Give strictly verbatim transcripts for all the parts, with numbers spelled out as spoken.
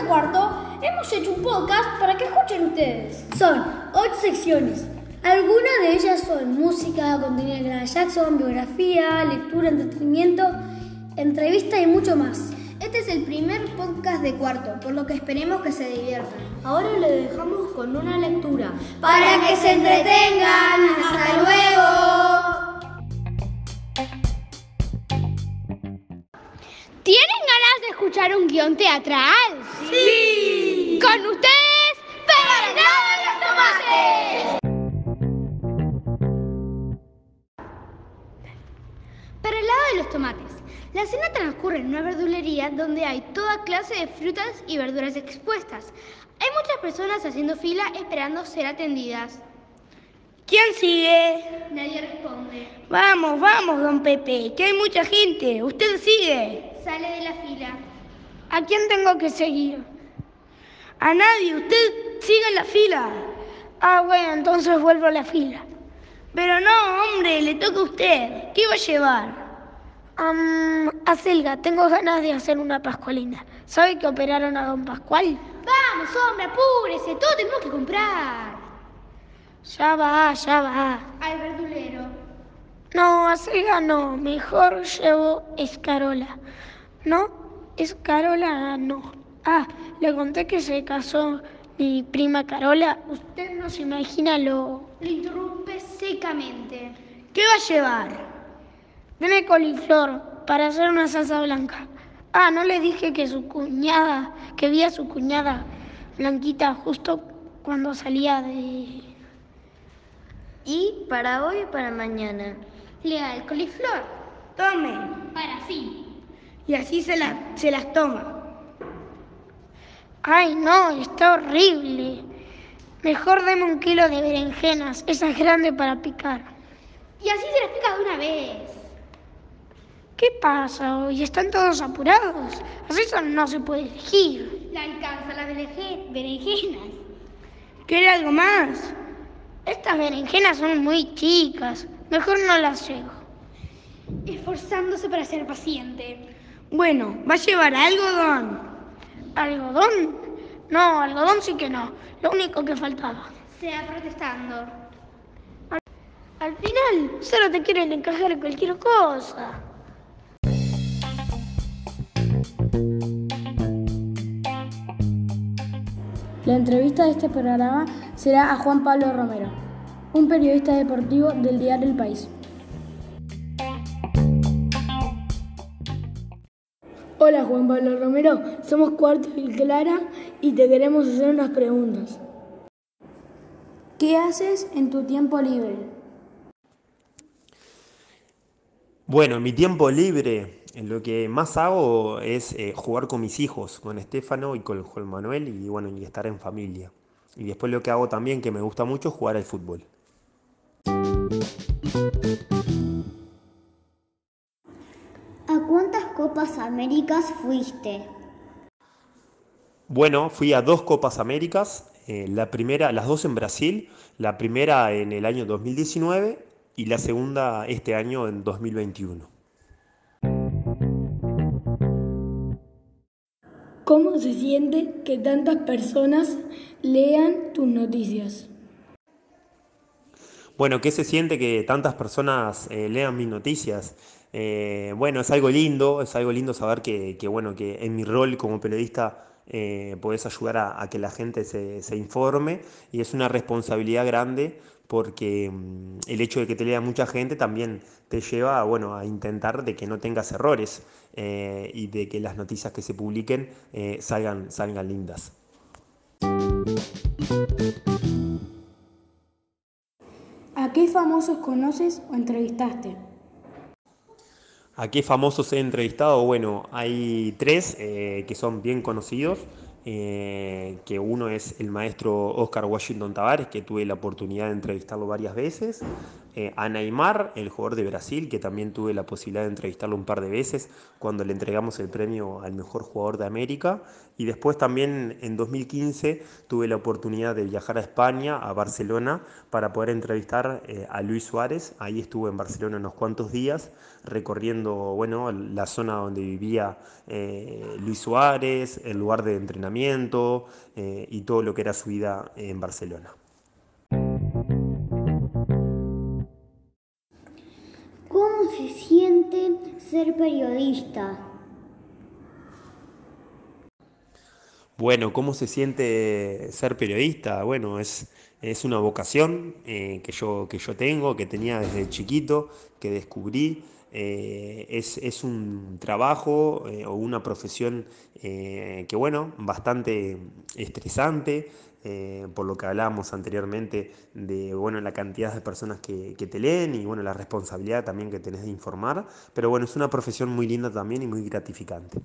cuarto hemos hecho un podcast para que escuchen ustedes. Son ocho secciones. Algunas de ellas son música, contenido de Graham Jackson, biografía, lectura, entretenimiento, entrevista y mucho más. Este es el primer podcast de cuarto, por lo que esperemos que se diviertan. Ahora le dejamos con una lectura. ¡Para que se entretengan! ¡Hasta luego! ¿Tienen ganas de escuchar un guión teatral? ¡Sí! ¡Con ustedes, Para el lado de los tomates! Para el lado de los tomates. La cena transcurre en una verdulería donde hay toda clase de frutas y verduras expuestas. Hay muchas personas haciendo fila esperando ser atendidas. ¿Quién sigue? Nadie responde. Vamos, vamos, don Pepe, que hay mucha gente. Usted sigue. Sale de la fila. ¿A quién tengo que seguir? A nadie, usted sigue en la fila. Ah, bueno, entonces vuelvo a la fila. Pero no, hombre, le toca a usted. ¿Qué va a llevar? Um, a Selga, tengo ganas de hacer una pascualina. ¿Sabe que operaron a don Pascual? Vamos, hombre, apúrese, todo tenemos que comprar. Ya va, ya va. Al verdulero. No, a Selga no, mejor llevo Escarola. ¿No? Escarola no. Ah, le conté que se casó mi prima Carola. Usted no se imagina lo... Le interrumpe secamente. ¿Qué va a llevar? Deme coliflor para hacer una salsa blanca. Ah, no le dije que su cuñada, que vi a su cuñada Blanquita justo cuando salía de... ¿Y para hoy o para mañana? Le da el coliflor. Tome. Para sí. Y así se, la, se las toma. Ay, no, está horrible. Mejor deme un kilo de berenjenas, esa es grande para picar. Y así se las pica de una vez. ¿Qué pasa hoy? Están todos apurados. Así no se puede elegir. Le alcanza las berenjenas. ¿Quiere algo más? Estas berenjenas son muy chicas. Mejor no las llevo. Esforzándose para ser paciente. Bueno, ¿va a llevar algodón? ¿Algodón? No, algodón sí que no. Lo único que faltaba. Se va protestando. Al, al final, solo te quieren encajar cualquier cosa. La entrevista de este programa será a Juan Pablo Romero, un periodista deportivo del diario El País. Hola Juan Pablo Romero, somos Cuarto y Clara y te queremos hacer unas preguntas. ¿Qué haces en tu tiempo libre? Bueno, en mi tiempo libre lo que más hago es eh, jugar con mis hijos, con Estefano y con Juan Manuel y bueno, y estar en familia. Y después lo que hago también, que me gusta mucho, es jugar al fútbol. ¿A cuántas Copas Américas fuiste? Bueno, fui a dos Copas Américas, eh, la primera, las dos en Brasil, la primera en el año dos mil diecinueve y la segunda este año en dos mil veintiuno. ¿Cómo se siente que tantas personas lean tus noticias? Bueno, ¿qué se siente que tantas personas eh, lean mis noticias? Eh, bueno, es algo lindo, es algo lindo saber que, que, bueno, que en mi rol como periodista eh, podés ayudar a, a que la gente se, se informe y es una responsabilidad grande porque mm, el hecho de que te lea mucha gente también te lleva bueno, a intentar de que no tengas errores eh, y de que las noticias que se publiquen eh, salgan, salgan lindas. ¿A qué famosos conoces o entrevistaste? ¿A qué famosos he entrevistado? Bueno, hay tres eh, que son bien conocidos, eh, que uno es el maestro Oscar Washington Tabárez, que tuve la oportunidad de entrevistarlo varias veces. eh, a Neymar, el jugador de Brasil, que también tuve la posibilidad de entrevistarlo un par de veces cuando le entregamos el premio al mejor jugador de América. Y después también en dos mil quince tuve la oportunidad de viajar a España, a Barcelona, para poder entrevistar eh, a Luis Suárez. Ahí estuve en Barcelona unos cuantos días recorriendo, bueno, la zona donde vivía eh, Luis Suárez, el lugar de entrenamiento eh, y todo lo que era su vida en Barcelona. ¿Cómo se siente ser periodista? Bueno, ¿cómo se siente ser periodista? Bueno, es, es una vocación eh, que yo, que yo tengo, que tenía desde chiquito, que descubrí. Eh, es, es un trabajo eh, o una profesión eh, que, bueno, bastante estresante, eh, por lo que hablábamos anteriormente de, bueno, la cantidad de personas que, que te leen y, bueno, la responsabilidad también que tenés de informar. Pero, bueno, es una profesión muy linda también y muy gratificante.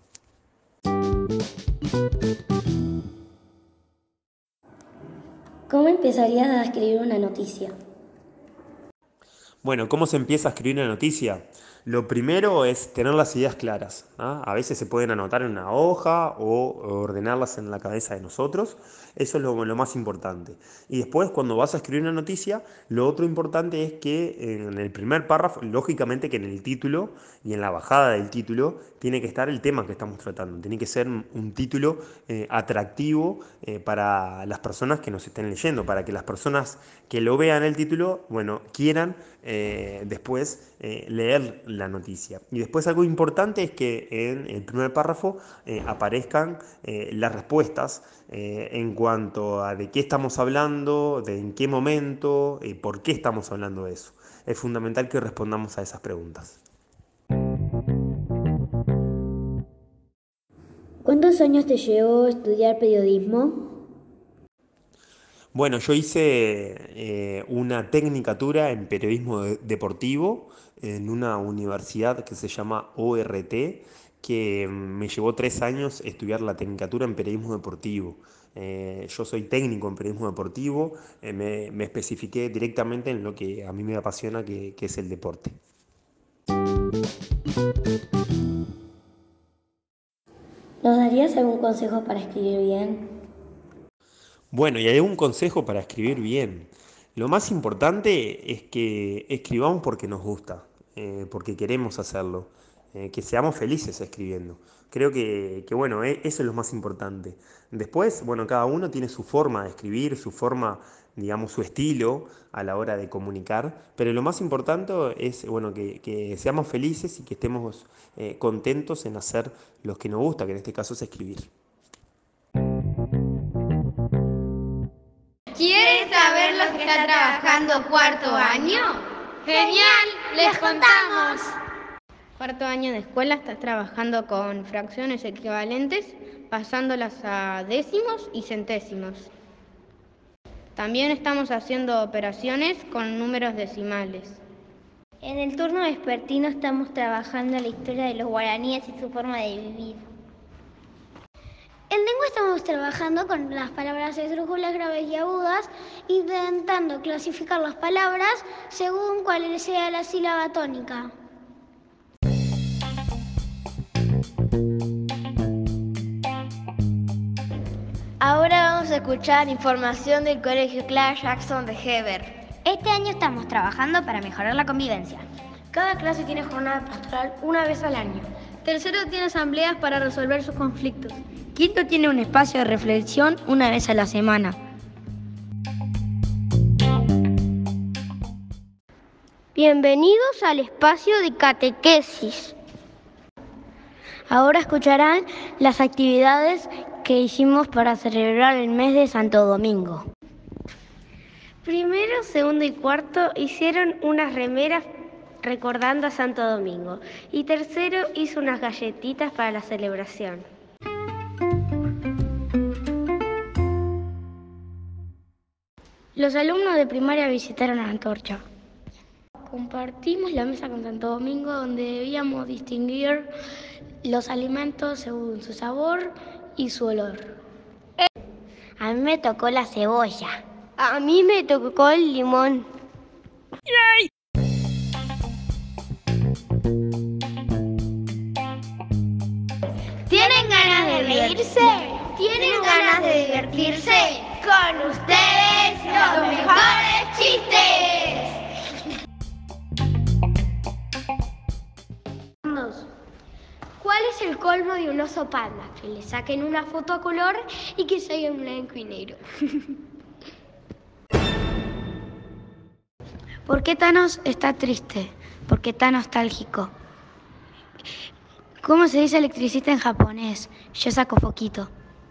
¿Cómo empezarías a escribir una noticia? Bueno, ¿cómo se empieza a escribir una noticia? Lo primero es tener las ideas claras, ¿ah? A veces se pueden anotar en una hoja o ordenarlas en la cabeza de nosotros. Eso es lo, lo más importante. Y después, cuando vas a escribir una noticia, lo otro importante es que en el primer párrafo, lógicamente que en el título y en la bajada del título, tiene que estar el tema que estamos tratando. Tiene que ser un título eh, atractivo eh, para las personas que nos estén leyendo, para que las personas que lo vean el título, bueno, quieran eh, después eh, leer la noticia. Y después algo importante es que en el primer párrafo eh, aparezcan eh, las respuestas eh, en cuanto a de qué estamos hablando, de en qué momento, eh, por qué estamos hablando de eso. Es fundamental que respondamos a esas preguntas. ¿Cuántos años te llevó estudiar periodismo? Bueno, yo hice eh, una tecnicatura en periodismo de- deportivo en una universidad que se llama O R T, que me llevó tres años estudiar la tecnicatura en periodismo deportivo. Eh, yo soy técnico en periodismo deportivo, eh, me, me especifiqué directamente en lo que a mí me apasiona, que, que es el deporte. ¿Nos darías algún consejo para escribir bien? Bueno, y hay un consejo para escribir bien. Lo más importante es que escribamos porque nos gusta, eh, porque queremos hacerlo, eh, que seamos felices escribiendo. Creo que, que, bueno, e- eso es lo más importante. Después, bueno, cada uno tiene su forma de escribir, su forma, digamos, su estilo a la hora de comunicar, pero lo más importante es, bueno, que, que seamos felices y que estemos eh, contentos en hacer lo que nos gusta, que en este caso es escribir. ¿Quieren saber lo que está trabajando cuarto año? ¡Genial! ¡Les contamos! Cuarto año de escuela estás trabajando con fracciones equivalentes, pasándolas a décimos y centésimos. También estamos haciendo operaciones con números decimales. En el turno vespertino estamos trabajando la historia de los guaraníes y su forma de vivir. En lengua estamos trabajando con las palabras esdrújulas, graves y agudas, intentando clasificar las palabras según cuál sea la sílaba tónica. Ahora vamos a escuchar información del Colegio Clara Jackson de Heber. Este año estamos trabajando para mejorar la convivencia. Cada clase tiene jornada pastoral una vez al año. Tercero tiene asambleas para resolver sus conflictos. Quinto tiene un espacio de reflexión una vez a la semana. Bienvenidos al espacio de catequesis. Ahora escucharán las actividades que hicimos para celebrar el mes de Santo Domingo. Primero, segundo y cuarto hicieron unas remeras recordando a Santo Domingo. Y tercero hizo unas galletitas para la celebración. Los alumnos de primaria visitaron la antorcha. Compartimos la mesa con Santo Domingo, donde debíamos distinguir los alimentos según su sabor y su olor. A mí me tocó la cebolla. A mí me tocó el limón. reírse? ¿Tienen ganas de divertirse? Con ustedes, los mejores chistes. ¿Cuál es el colmo de un oso panda? Que le saquen una foto a color y que salga en blanco y negro. ¿Por qué Thanos está triste? ¿Por qué está nostálgico? ¿Cómo se dice electricista en japonés? Yo saco foquito.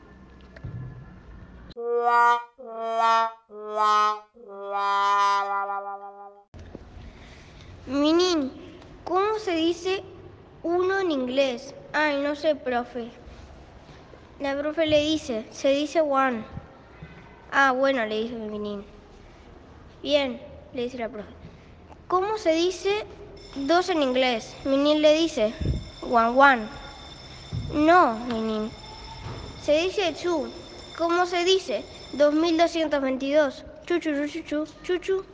Minin, ¿cómo se dice uno en inglés? Ay, no sé, profe. La profe le dice, se dice one. Ah, bueno, le dice Minin. Bien, le dice la profe. ¿Cómo se dice dos en inglés? Minin le dice, one, one. No, Minin. Se dice two. ¿Cómo se dice? dos mil doscientos veintidós. Chuchu, chuchu, chuchu.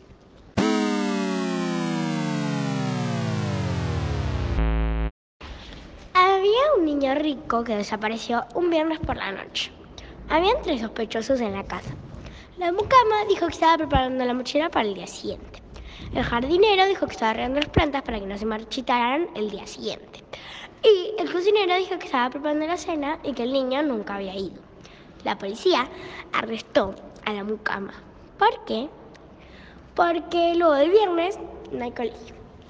Había un niño rico que desapareció un viernes por la noche. Habían tres sospechosos en la casa. La mucama dijo que estaba preparando la mochila para el día siguiente. El jardinero dijo que estaba regando las plantas para que no se marchitaran el día siguiente. Y el cocinero dijo que estaba preparando la cena y que el niño nunca había ido. La policía arrestó a la mucama. ¿Por qué? Porque luego del viernes no hay colegio.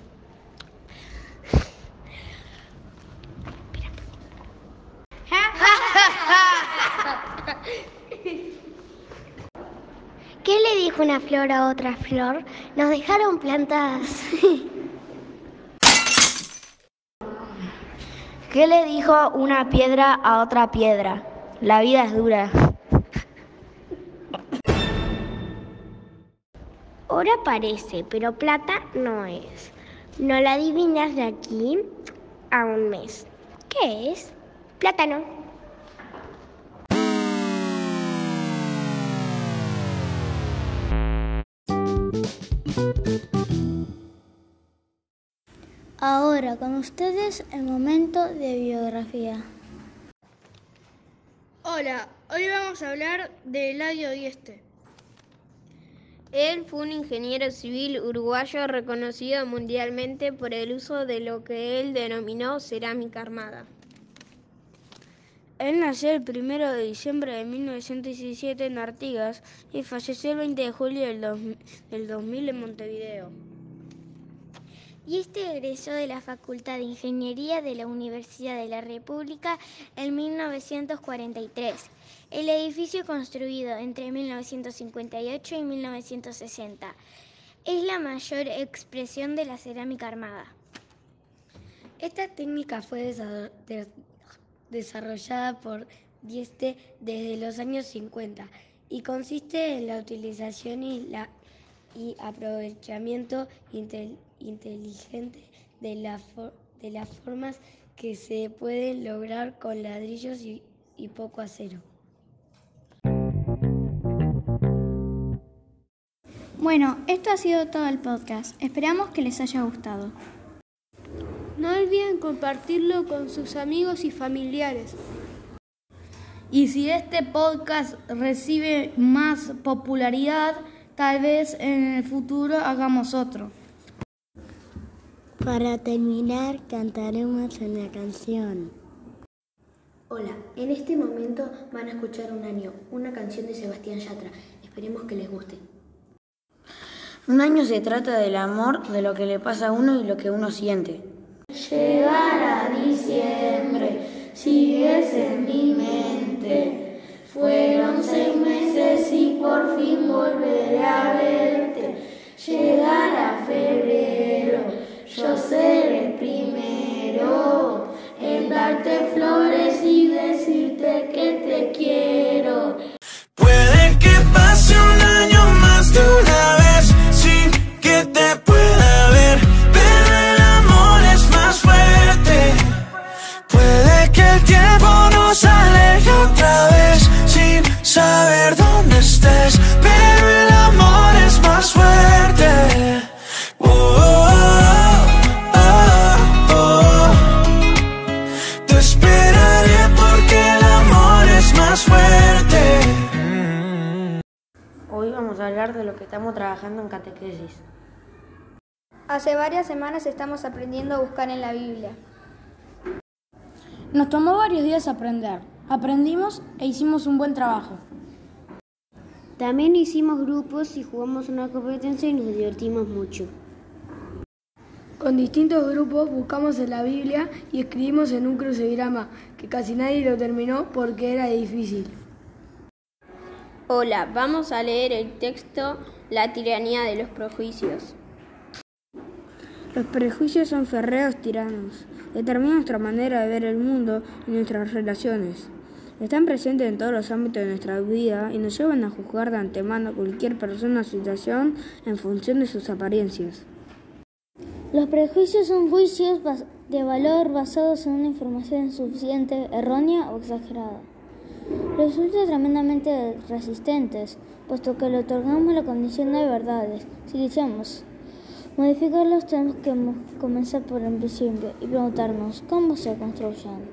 ¿Qué le dijo una flor a otra flor? Nos dejaron plantadas. ¿Qué le dijo una piedra a otra piedra? La vida es dura. Oro parece, pero plata no es. No la adivinas de aquí a un mes. ¿Qué es? Plátano. Ahora con ustedes el momento de biografía. Hola, hoy vamos a hablar de Eladio Dieste. Él fue un ingeniero civil uruguayo reconocido mundialmente por el uso de lo que él denominó cerámica armada. Él nació el primero de diciembre de mil novecientos diecisiete en Artigas y falleció el veinte de julio del, dos, del dos mil en Montevideo. Y este egresó de la Facultad de Ingeniería de la Universidad de la República en mil novecientos cuarenta y tres. El edificio construido entre mil novecientos cincuenta y ocho y mil novecientos sesenta es la mayor expresión de la cerámica armada. Esta técnica fue desarrollada por Dieste desde los años cincuenta y consiste en la utilización y, la, y aprovechamiento intel, inteligente de, la for, de las formas que se pueden lograr con ladrillos y, y poco acero. Bueno, esto ha sido todo el podcast. Esperamos que les haya gustado. No olviden compartirlo con sus amigos y familiares. Y si este podcast recibe más popularidad, tal vez en el futuro hagamos otro. Para terminar, cantaremos una canción. Hola, en este momento van a escuchar Un año, una canción de Sebastián Yatra. Esperemos que les guste. Un año se trata del amor, de lo que le pasa a uno y lo que uno siente. Llegará diciembre, sigues en mi mente. Fueron seis meses y por fin volveré a verte. Llegará febrero, yo seré el primero en darte flores y decirte que te quiero. Puede que pase un año más de una vez sin que te pueda ver, pero el amor es más fuerte. Puede que el tiempo nos aleje otra vez sin saber dónde estés. a hablar de lo que estamos trabajando en catequesis. Hace varias semanas estamos aprendiendo a buscar en la Biblia. Nos tomó varios días aprender. Aprendimos e hicimos un buen trabajo. También hicimos grupos y jugamos una competencia y nos divertimos mucho. Con distintos grupos buscamos en la Biblia y escribimos en un crucigrama, que casi nadie lo terminó porque era difícil. Hola, vamos a leer el texto La tiranía de los prejuicios. Los prejuicios son férreos tiranos. Determinan nuestra manera de ver el mundo y nuestras relaciones. Están presentes en todos los ámbitos de nuestra vida y nos llevan a juzgar de antemano a cualquier persona o situación en función de sus apariencias. Los prejuicios son juicios de valor basados en una información insuficiente, errónea o exagerada. Resultan tremendamente resistentes, puesto que le otorgamos la condición de verdades. Si quisiéramos modificarlos, tenemos que comenzar por el principio y preguntarnos cómo se construyen.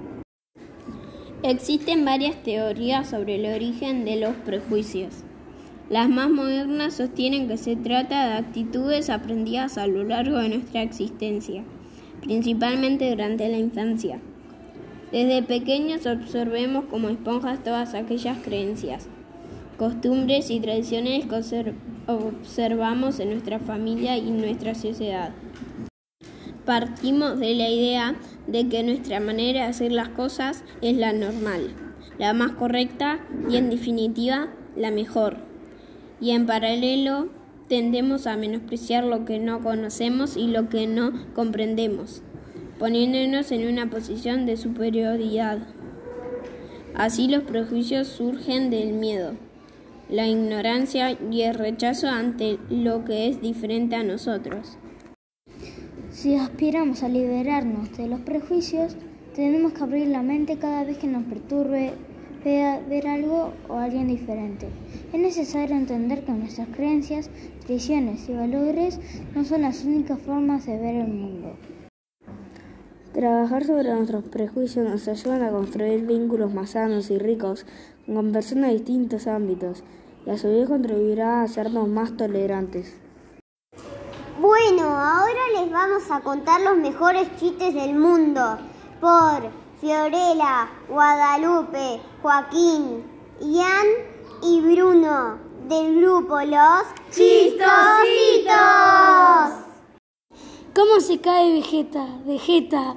Existen varias teorías sobre el origen de los prejuicios. Las más modernas sostienen que se trata de actitudes aprendidas a lo largo de nuestra existencia, principalmente durante la infancia. Desde pequeños observemos como esponjas todas aquellas creencias, costumbres y tradiciones que observamos en nuestra familia y en nuestra sociedad. Partimos de la idea de que nuestra manera de hacer las cosas es la normal, la más correcta y, en definitiva, la mejor. Y en paralelo, tendemos a menospreciar lo que no conocemos y lo que no comprendemos, poniéndonos en una posición de superioridad. Así los prejuicios surgen del miedo, la ignorancia y el rechazo ante lo que es diferente a nosotros. Si aspiramos a liberarnos de los prejuicios, tenemos que abrir la mente cada vez que nos perturbe ver algo o alguien diferente. Es necesario entender que nuestras creencias, tradiciones y valores no son las únicas formas de ver el mundo. Trabajar sobre nuestros prejuicios nos ayuda a construir vínculos más sanos y ricos con personas de distintos ámbitos y a su vez contribuirá a hacernos más tolerantes. Bueno, ahora les vamos a contar los mejores chistes del mundo por Fiorella, Guadalupe, Joaquín, Ian y Bruno del grupo Los Chistositos. ¿Cómo se cae Vegeta? Vegeta.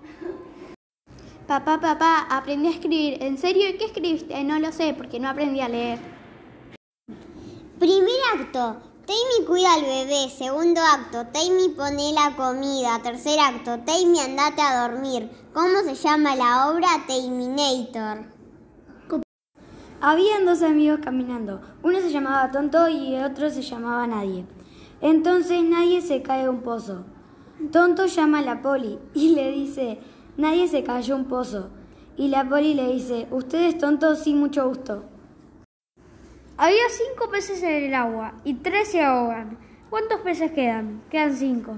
Papá, papá, aprendí a escribir. ¿En serio? ¿Qué escribiste? No lo sé, porque no aprendí a leer. Primer acto, Tammy cuida al bebé. Segundo acto, Tammy pone la comida. Tercer acto, Tammy andate a dormir. ¿Cómo se llama la obra? Terminator. Habían dos amigos caminando. Uno se llamaba Tonto y el otro se llamaba Nadie. Entonces Nadie se cae a un pozo. Tonto llama a la poli y le dice: Nadie se cayó a un pozo. Y la poli le dice: ¿Usted es tonto? Sí, mucho gusto. Había cinco peces en el agua y tres se ahogan. ¿Cuántos peces quedan? Quedan cinco.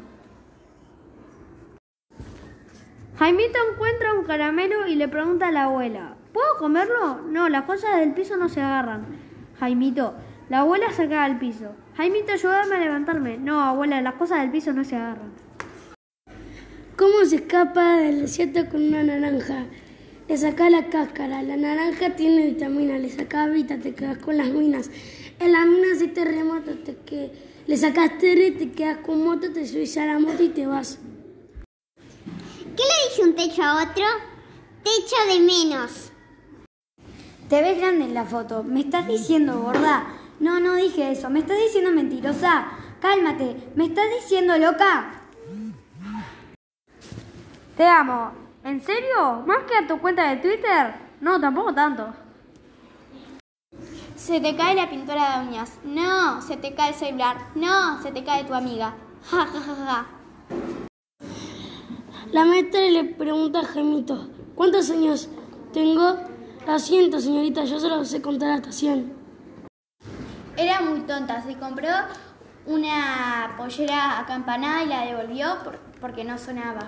Jaimito encuentra un caramelo y le pregunta a la abuela: ¿puedo comerlo? No, las cosas del piso no se agarran. Jaimito, la abuela se cae al piso. Jaimito, ayúdame a levantarme. No, abuela, las cosas del piso no se agarran. ¿Cómo se escapa del desierto con una naranja? Le saca la cáscara, la naranja tiene vitamina, le saca vida, te quedas con las minas. En las minas hay terremoto, te que le sacas terre, te quedas con moto, te subís a la moto y te vas. ¿Qué le dice un techo a otro? Techo de menos. Te ves grande en la foto. ¿Me estás diciendo gorda? No, no dije eso. ¿Me estás diciendo mentirosa? Cálmate. ¿Me estás diciendo loca? Te amo. ¿En serio? ¿Más que a tu cuenta de Twitter? No, tampoco tanto. Se te cae la pintura de uñas. No, se te cae el celular. No, se te cae tu amiga. Ja, ja, ja, ja. La maestra le pregunta a Jaimito: ¿cuántos años tengo? Lo siento, señorita, yo solo sé contar hasta cien. Era muy tonta. Se compró una pollera acampanada y la devolvió por, porque no sonaba.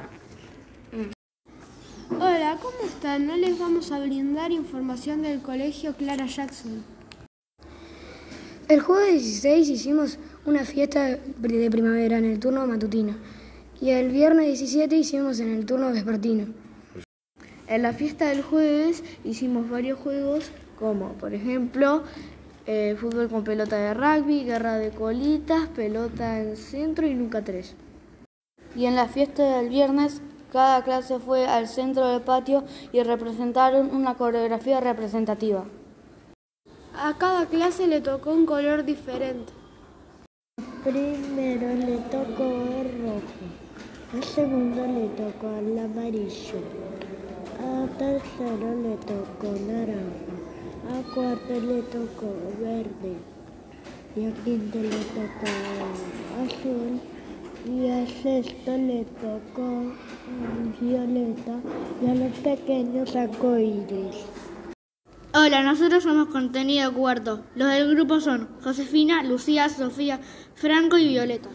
Hola, ¿cómo están? Hoy les vamos a brindar información del colegio Clara Jackson. El jueves dieciséis hicimos una fiesta de primavera en el turno matutino y el viernes diecisiete hicimos en el turno vespertino. En la fiesta del jueves hicimos varios juegos como, por ejemplo, eh, fútbol con pelota de rugby, guerra de colitas, pelota en centro y nunca tres. Y en la fiesta del viernes, cada clase fue al centro del patio y representaron una coreografía representativa. A cada clase le tocó un color diferente. Primero le tocó el rojo, al segundo le tocó el amarillo, al tercero le tocó naranja, al cuarto le tocó verde, y al quinto le tocó azul, y al sexto le tocó violeta, y a los pequeños arcoíris. Hola, nosotros somos Contenido Cuarto. Los del grupo son Josefina, Lucía, Sofía, Franco y Violeta.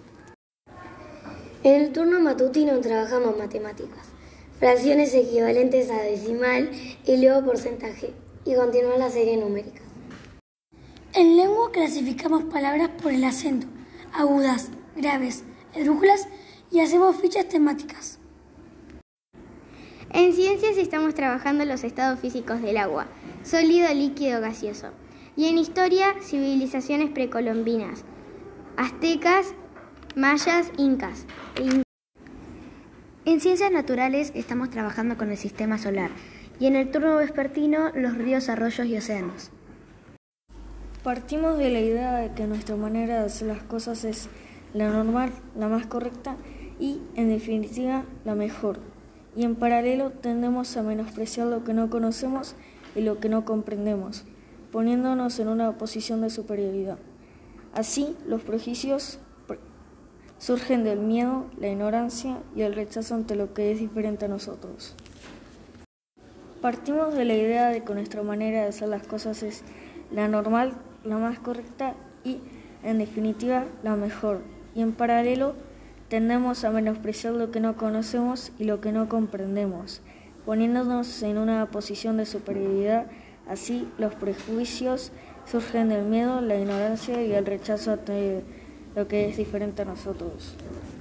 En el turno matutino trabajamos matemáticas, fracciones equivalentes a decimal y luego porcentaje, y continuar la serie numérica. En lengua clasificamos palabras por el acento, agudas, graves, esdrújulas y hacemos fichas temáticas. En ciencias estamos trabajando los estados físicos del agua, sólido, líquido, gaseoso. Y en historia, civilizaciones precolombinas, aztecas, mayas, incas. En ciencias naturales estamos trabajando con el sistema solar y en el turno vespertino los ríos, arroyos y océanos. Partimos de la idea de que nuestra manera de hacer las cosas es la normal, la más correcta y, en definitiva, la mejor. Y en paralelo tendemos a menospreciar lo que no conocemos y lo que no comprendemos, poniéndonos en una posición de superioridad. Así, los prejuicios surgen del miedo, la ignorancia y el rechazo ante lo que es diferente a nosotros. Partimos de la idea de que nuestra manera de hacer las cosas es la normal, la más correcta y, en definitiva, la mejor. Y en paralelo, tendemos a menospreciar lo que no conocemos y lo que no comprendemos, poniéndonos en una posición de superioridad. Así, los prejuicios surgen del miedo, la ignorancia y el rechazo ante lo que es diferente a nosotros.